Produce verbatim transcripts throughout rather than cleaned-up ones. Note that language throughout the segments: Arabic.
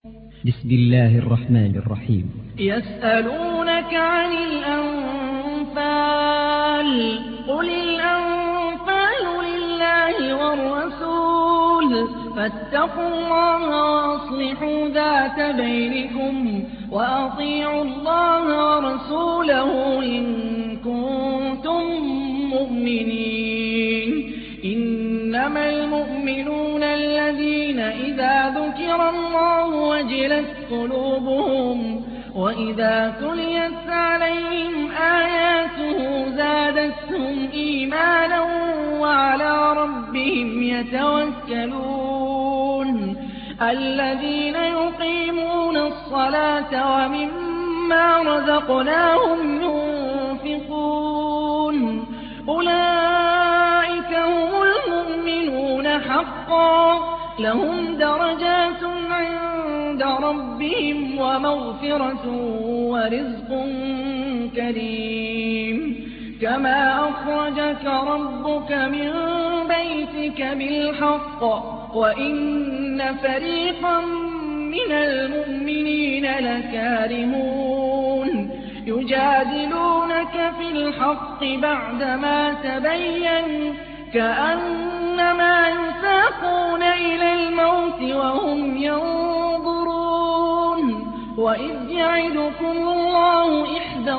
بسم الله الرحمن الرحيم. يسألونك عن الأنفال قل الأنفال لله والرسول فاتقوا الله وأصلحوا ذات بينكم وأطيعوا الله ورسوله إن كنتم مؤمنين. إنما المؤمنون الذين إذا ذكر الله وجلت قلوبهم وإذا تليت عليهم آياته زادتهم إيمانا وعلى ربهم يتوكلون. الذين يقيمون الصلاة ومما رزقناهم ينفقون أولئك هم المؤمنون حقا لهم درجات عند ربهم ومغفرة ورزق كريم. كما أخرجك ربك من بيتك بالحق وإن فريقا من المؤمنين لكارهون يجادلونك في الحق بعدما تبين كأنما يساقون إلى الموت وهم ينظرون. وإذ يعدكم الله إحدى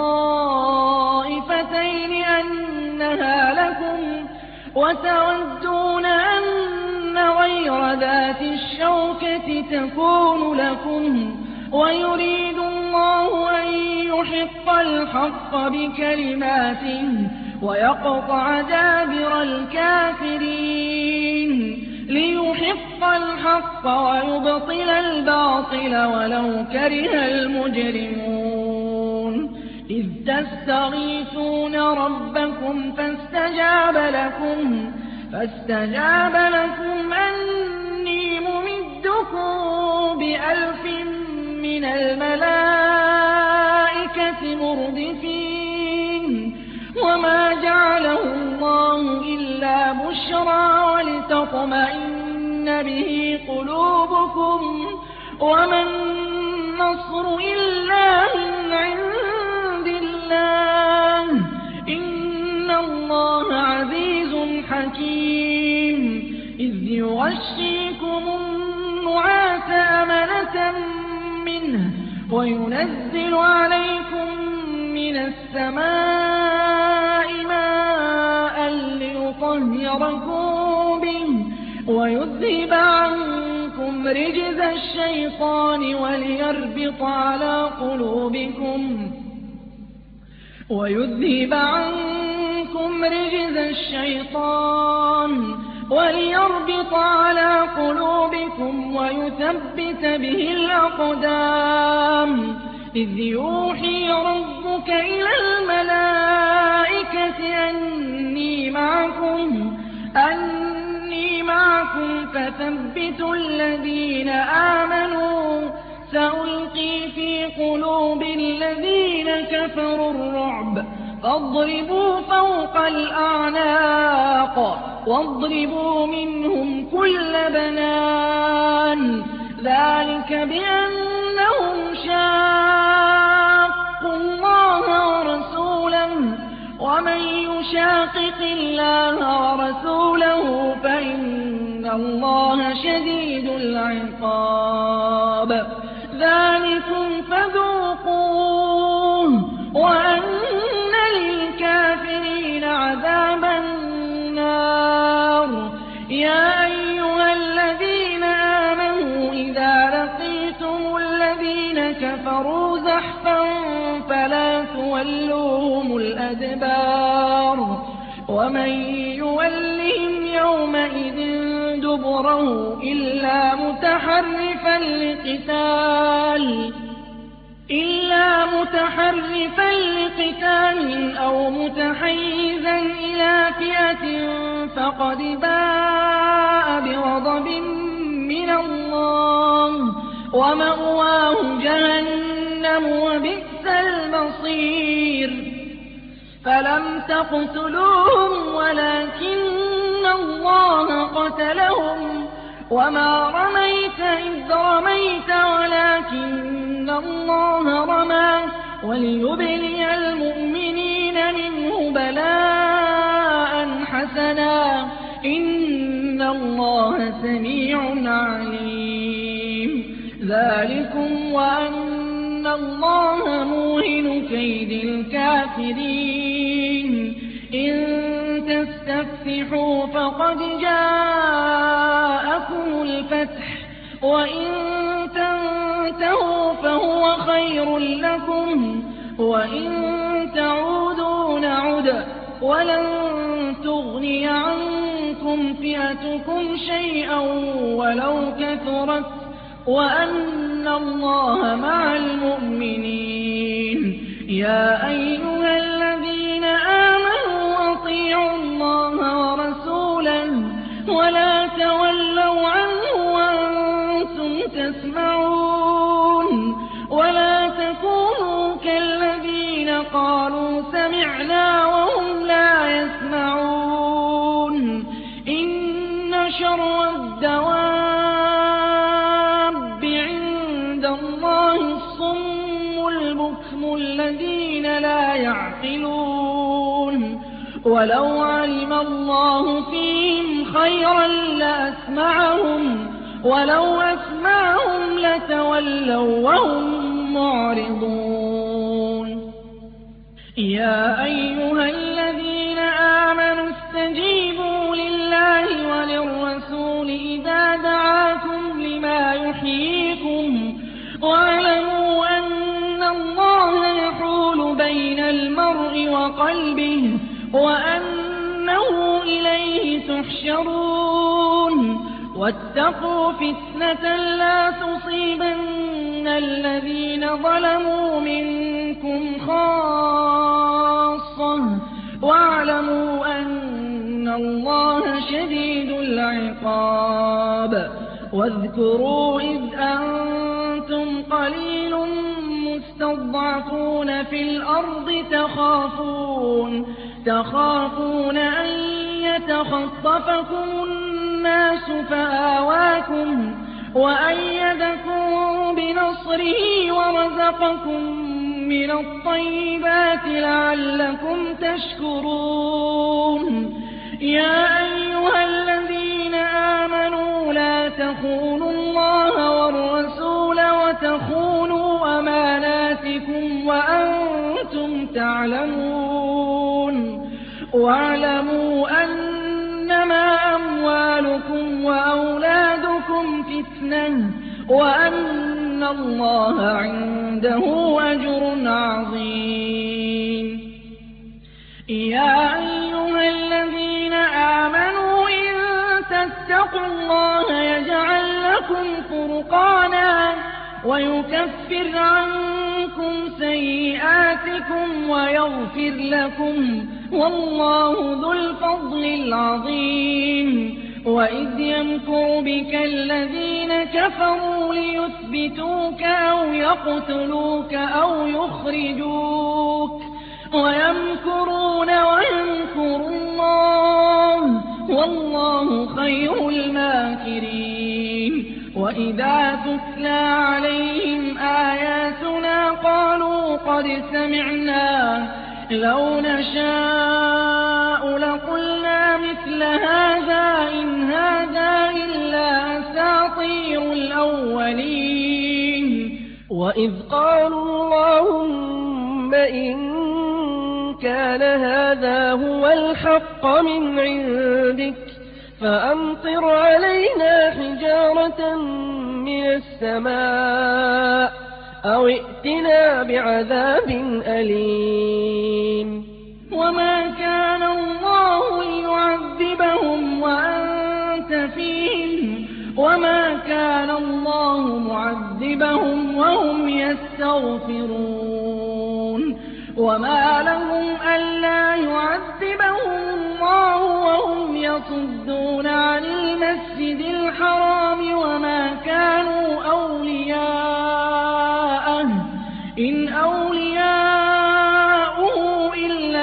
الطائفتين أنها لكم وتودون أن غير ذات الشوكة تكون لكم ويريد الله أن يحق الحق بكلماته ويقطع دابر الكافرين ليحق الحق ويبطل الباطل ولو كره المجرمون. إذ تستغيثون ربكم فاستجاب لكم فاستجاب لكم أني ممدكم بألف من الملائكة مردفين. وما جعله الله إلا بشرى ولتطمئن به قلوبكم وما النصر إلا من عند الله إن الله عزيز حكيم. إذ يغشيكم النعاس أمنة منه وينزل عليكم من السماء ماء ليطهركم به ويذهب عنكم رجز الشيطان وليربط على قلوبكم ويذهب عنكم رجز الشيطان وليربط على قلوبكم ويثبت به الأقدام. إذ يوحي ربك إلى الملائكة أني معكم أني معكم فثبتوا الذين آمنوا سألقي في قلوب الذين كفروا الرعب فاضربوا فوق الأعناق واضربوا منهم كل بنان. ذلك بأنهم شاقوا الله ورسوله ومن يشاقق الله ورسوله فإن الله شديد العقاب. ذلكم فذوقوه وأن للكافرين عذاب النار. يا أيها الذين آمنوا إذا لقيتم الذين كفروا زحفا فلا تولوهم الأدبار ومن يولهم يومئذ دبره إلا متحرفا لقتال إلا متحرفا لقتال أو متحيزا إلى فئة فقد باء بغضب من الله ومأواه جهنم وبئس المصير. فلم تقتلوهم ولكن الله قتلهم وما رميت إذ رميت ولكن الله رمى وليبلي المؤمنين منه بلاء حسنا إن الله سميع عليم ذلكم وأن الله موهن كيد الكافرين إن تستفتحوا فقد جاءكم الفتح وإن تنتهوا فهو خير لكم وإن تعودوا نعد ولن تغني عنكم فئتكم شيئا ولو كثرت وأن الله مع المؤمنين يا أيها الذين آمنوا أطيعوا الله ورسوله ولا تولوا عنه وأنتم تسمعون ولا تكونوا كالذين قالوا سمعنا وهم لا يسمعون إن شر الدواب عند الله الصم البكم الذين لا يعقلون ولو علم الله فيهم خيرا لأسمعهم ولو أسمعهم لتولوا وهم معرضون يا أيها الذين آمنوا استجيبوا لله وللرسول إذا دعاكم لما يحييكم واعلموا أن الله يحول بين المرء وقلبه وأنه إليه تحشرون واتقوا فتنة لا تصيبن الذين ظلموا منكم خاصة واعلموا أن الله شديد العقاب واذكروا إذ أنتم قليل مستضعفون في الأرض تخافون تخافون أن يتخطفكم الناس فآواكم وأيدكم بنصره ورزقكم من الطيبات لعلكم تشكرون يا أيها الذين آمنوا لا تخونوا الله والرسول وتخونوا أماناتكم وأنتم تعلمون واعلموا أنما أموالكم وأولادكم فتنة وأن الله عنده أجر عظيم يا أيها الذين آمنوا إن تتقوا الله يجعل لكم فرقانا ويكفر عنكم سيئاتكم ويغفر لكم والله ذو الفضل العظيم وإذ يمكر بك الذين كفروا ليثبتوك أو يقتلوك أو يخرجوك ويمكرون ويمكر الله والله خير الماكرين وإذا تتلى عليهم آياتنا قالوا قد سمعنا لو نشاء لقلنا مثل هذا إن هذا إلا أساطير الأولين وإذ قالوا اللهم إن كان هذا هو الحق من عندك فأمطر علينا حجارة من السماء أو ائتنا بعذاب أليم وما كان الله ليعذبهم وأنت فيهم وما كان الله معذبهم وهم يستغفرون وما لهم ألا يعذبهم الله وهم يصدون عن المسجد الحرام وما كانوا أولياءه إن أولياؤه إلا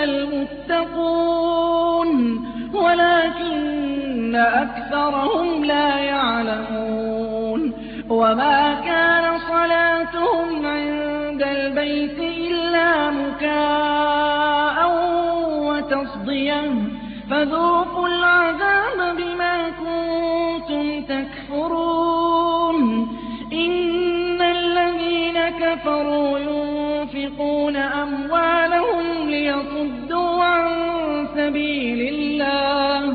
المتقون ولكن أكثرهم لا يعلمون وما كان صلاتهم عند البيت إلا مكاء وتصديا فذوقوا العذاب بما كنتم تكفرون إن الذين كفروا ينفقون أموالهم ليصدوا عن سبيل الله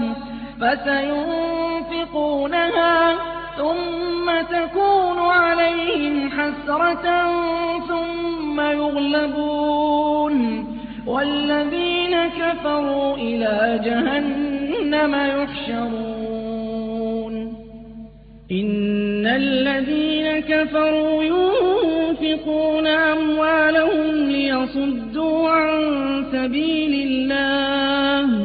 فسينفقونها ثم تكون عليهم حسرة ثم يغلبون والذين كفروا إلى جهنم يحشرون إن الذين كفروا ينفقون أموالهم ليصدوا عن سبيل الله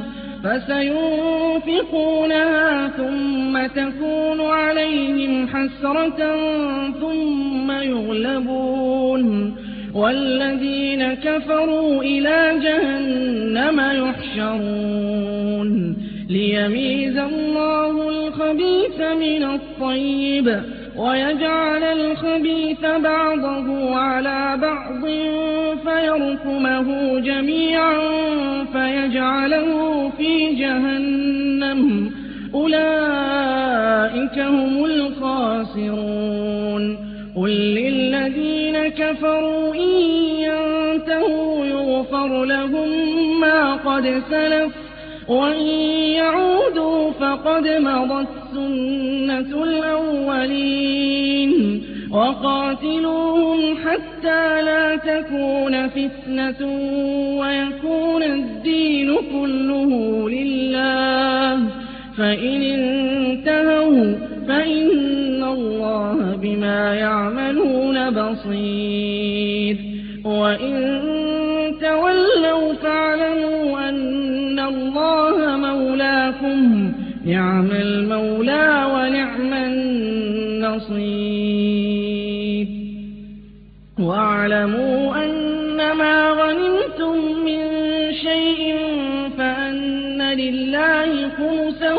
فسينفقونها ثم تكون عليهم حسرة ثم يغلبون والذين كفروا إلى جهنم يحشرون ليميز الله الخبيث من الطيب ويجعل الخبيث بعضه على بعض فيركمه جميعا فيجعله في جهنم أولئك هم الخاسرون قل للذين كفروا إن ينتهوا يغفر لهم ما قد سلف وإن يعودوا فقد مضت سنة الأولين وقاتلوهم حتى لا تكون فتنة ويكون الدين كله لله فإن انتهوا فإن الله بما يعملون بصير وإن تولوا فاعلموا أن الله مولاكم نعم المولى ونعم النصير واعلموا أنما غنمتم من شيء فأن لله خمسه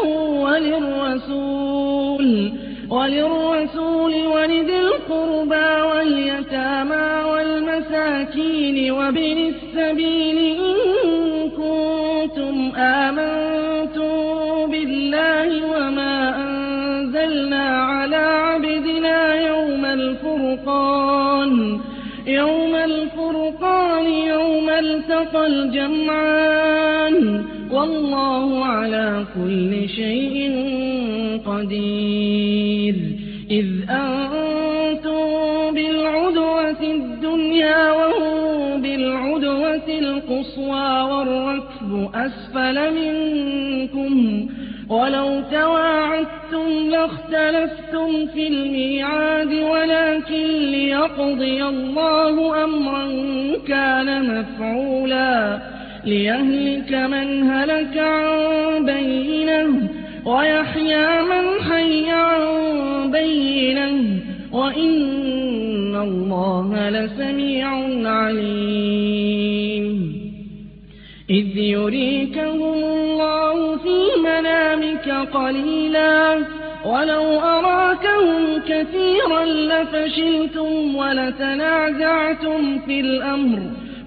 وللرسول وللرسول ولذي القربى واليتامى والمساكين وابن السبيل إن كنتم آمنتم بالله وما أنزلنا على عبدنا يوم الفرقان يوم الفرقان يوم التقى الجمعان والله على كل شيء قدير إذ أنتم بالعدوة الدنيا وهم بالعدوة القصوى والركب أسفل منكم ولو تواعدتم لاختلفتم في الميعاد ولكن ليقضي الله أمرا كان مفعولا ليهلك من هلك عن بينه ويحيى من حي عن بينه وإن الله لسميع عليم إذ يريكهم الله في منامك قليلا ولو أراكهم كثيرا لفشلتم ولتنازعتم في الأمر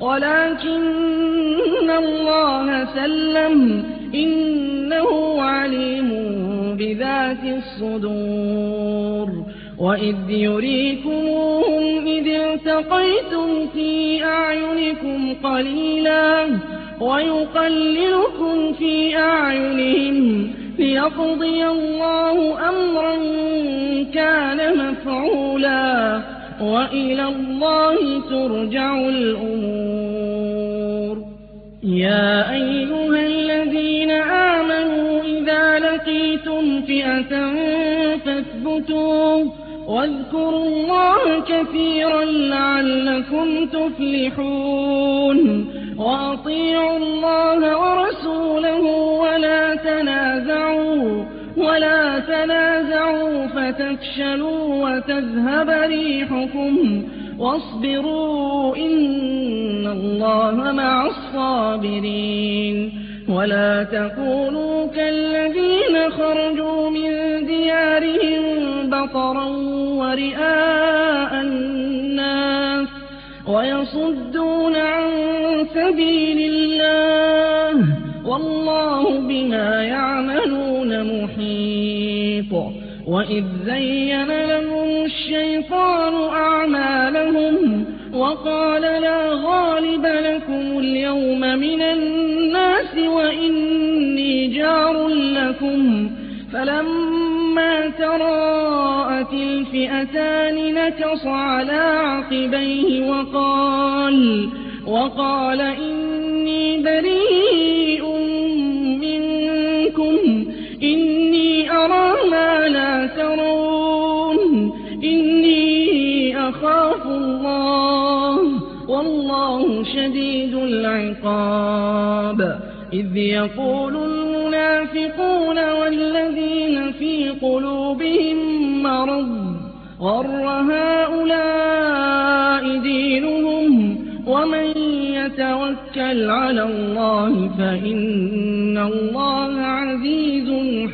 ولكن الله سلم إنه عليم بذات الصدور وإذ يريكموهم إذ التقيتم في أعينكم قليلا ويقللكم في أعينهم ليقضي الله أمرا كان مفعولا وإلى الله ترجع الأمور يا أيها الذين آمنوا إذا لقيتم فئة فاثبتوا واذكروا الله كثيرا لعلكم تفلحون وأطيعوا الله ورسوله ولا تنازعوا ولا تنازعوا فتفشلوا وتذهب ريحكم واصبروا إن الله مع الصابرين ولا تكونوا كالذين خرجوا من ديارهم بطرا ورئاء الناس ويصدون عن سبيل الله والله بما يعملون محيط. وإذ زين لهم الشيطان أعمالهم وقال لا غالب لكم اليوم من الناس وإني جار لكم فلما تراءت الفئتان نكص على عقبيه وقال, وقال إني بريء منكم إني أرى ما لا ترون إني أخاف الله والله شديد العقاب. إذ يقول المنافقون والذين في قلوبهم مرض غر هؤلاء دينهم ومن يتوكل على الله فإن الله عزيز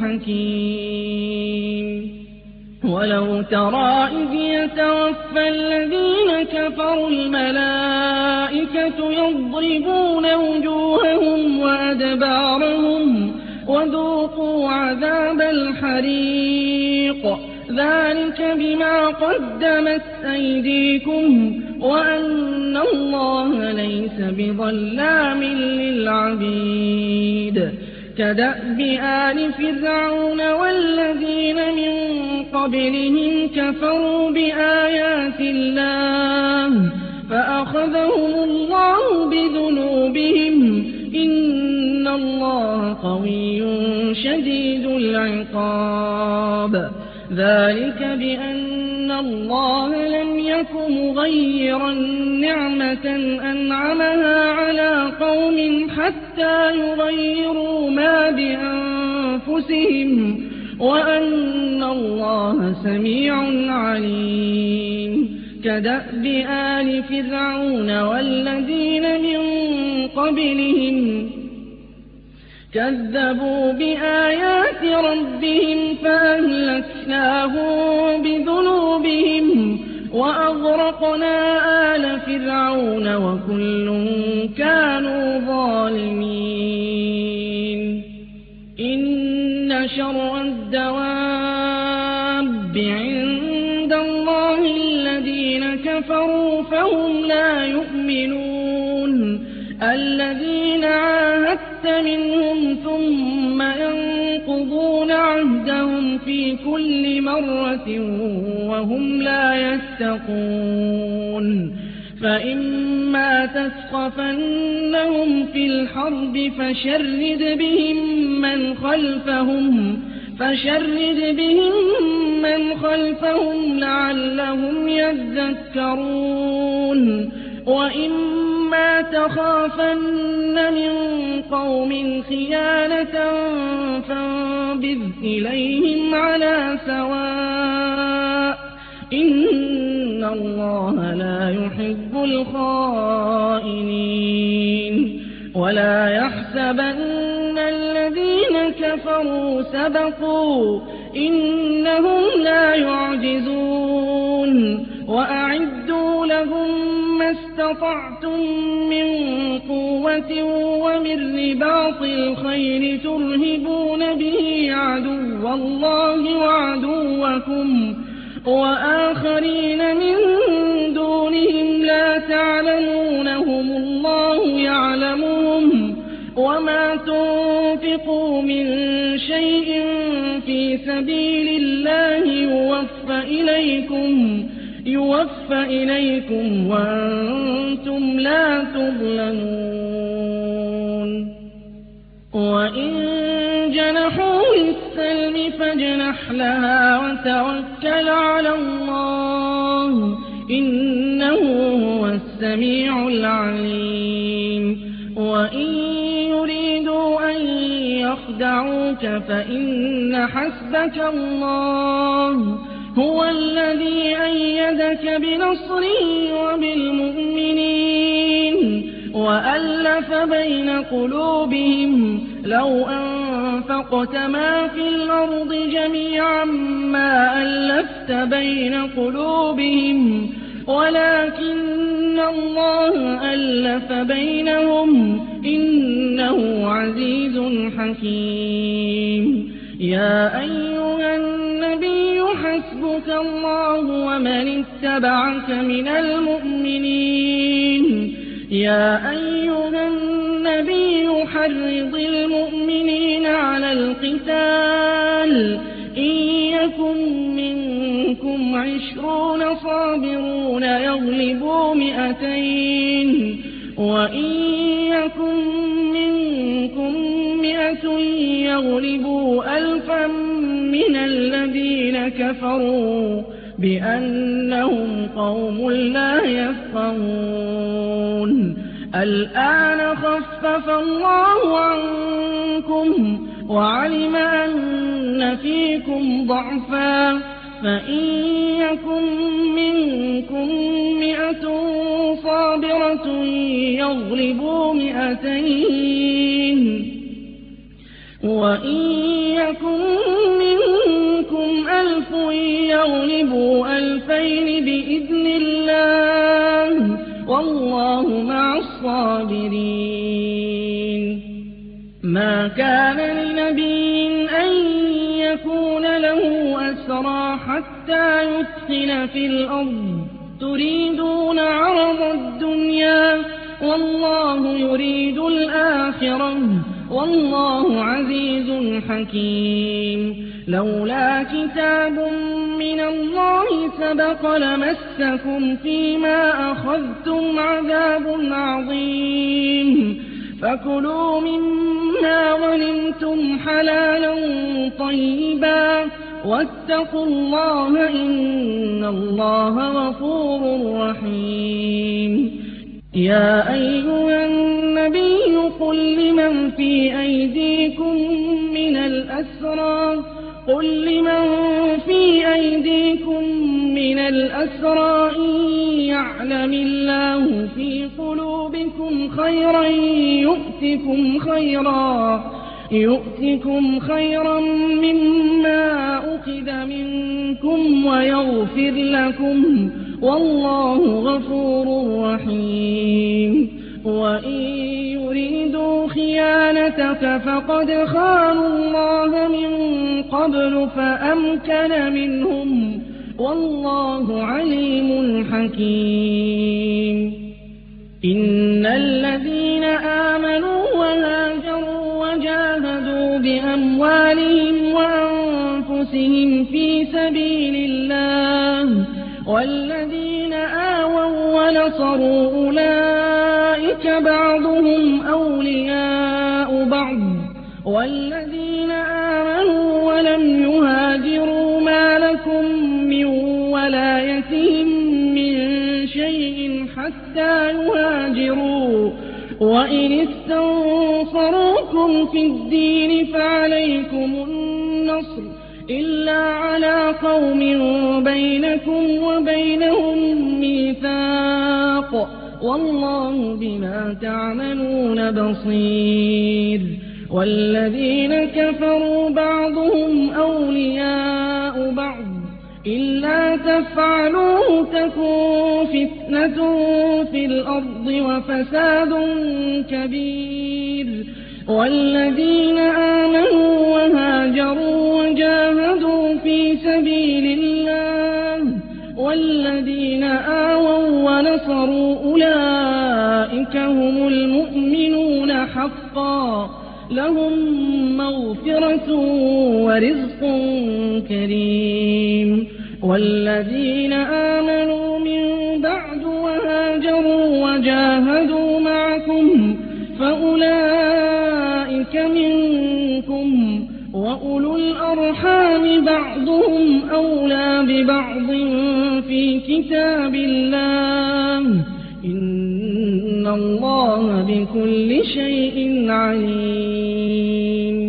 حكيم. ولو ترى إذ يتوفى الذين كفروا الملائكة يضربون وجوههم وأدبارهم وذوقوا عذاب الحريق ذلك بما قدمت أيديكم وأن الله ليس بظلام للعبيد. كدأب آل فرعون والذين من قبلهم كفروا بآيات الله فأخذهم الله بذنوبهم إن الله قوي شديد العقاب. ذلك بأن الله لم يك مغيرا نعمة أنعمها على قوم حتى يغيروا ما بأنفسهم وأن الله سميع عليم. كدأب آل فرعون والذين من قبلهم كذبوا بآيات ربهم فأهلكناهم بذنوبهم وأغرقنا آل فرعون وكل كانوا ظالمين. إن شر الدواب عند الله الذين كفروا فهم لا يؤمنون الذين عاهدت منهم ثم ينقضون عهدهم في كل مرة وهم لا يتقون. فإما تثقفنهم في الحرب فشرد بهم من خلفهم فشرد بهم من خلفهم لعلهم يذكرون. وإما تخافن من قوم خيانة فانبذ إليهم على سواء إن الله لا يحب الخائنين. ولا يحسبن الذين كفروا سبقوا إنهم لا يعجزون. وأعدوا لهم ما استطعتم من قوة ومن رباط الخيل ترهبون به عدو الله وعدوكم وآخرين من دونهم لا تعلمونهم الله يعلمهم وما تنفقوا من شيء في سبيل الله يوفى إليكم يوفى إليكم وأنتم لا تظلمون. وإن جنحوا للسلم فاجنح لها وتوكل على الله إنه هو السميع العليم. وإن يريدوا أن يخدعوك فإن حسبك الله هو الذي أيدك بنصره وبالمؤمنين وألف بين قلوبهم لو أنفقوا أنفقت ما في الأرض جميعا ما ألفت بين قلوبهم ولكن الله ألف بينهم إنه عزيز حكيم. يا أيها النبي حسبك الله ومن اتبعك من المؤمنين. يا أيها النبي حرض المؤمنين على القتال إن يكن منكم عشرون صابرون يغلبوا مئتين وإن يكن منكم مئة يغلبوا ألفا من الذين كفروا بأنهم قوم لا يفقهون. الآن خفف الله عنكم وعلم أن فيكم ضعفا فإن يكن منكم مئة صابرة يغلبوا مئتين وإن يكن منكم ألف يغلبوا ألفين بإذن الله والله مع الصابرين. ما كان لنبي أن يكون له أسرى حتى يثخن في الأرض تريدون عرض الدنيا والله يريد الآخرة والله عزيز حكيم. لولا كتاب من الله سبق لمسكم فيما أخذتم عذاب عظيم فكلوا مما غنمتم حلالا طيبا واتقوا الله إن الله غفور رحيم. يا أيها النبي قل لمن في أيديكم من الأسرى قل لمن في أيديكم من الأسرى إن يعلم الله في قلوبكم خيرا يؤتكم خيرا يؤتكم خيرا مما أخذ منكم ويغفر لكم والله غفور رحيم. وإن يريدوا خيانتك فقد خانوا الله من قبل فأمكن منهم والله عليم حكيم. إن الذين آمنوا وهاجروا وجاهدوا بأموالهم وأنفسهم في سبيل الله والذين آووا ونصروا أولئك بعضهم أولياء بعض والذين آمنوا ولم يهاجروا ما لكم من ولايتهم من شيء حتى يهاجروا وإن استنصروكم في الدين فعليكم النصر إلا على قوم بينكم وبينهم ميثاق والله بما تعملون بصير. والذين كفروا بعضهم أولياء بعض إلا تفعلوا تكن فتنة في الأرض وفساد كبير. والذين آمنوا وهاجروا وجاهدوا في سبيل الله والذين آووا ونصروا أولئك هم المؤمنون حقا لهم مغفرة ورزق كريم. والذين آمنوا من بعد وهاجروا وجاهدوا معكم فأولئك منكم وأولو الأرحام بعضهم أولى ببعض في كتاب الله إن الله بكل شيء عليم.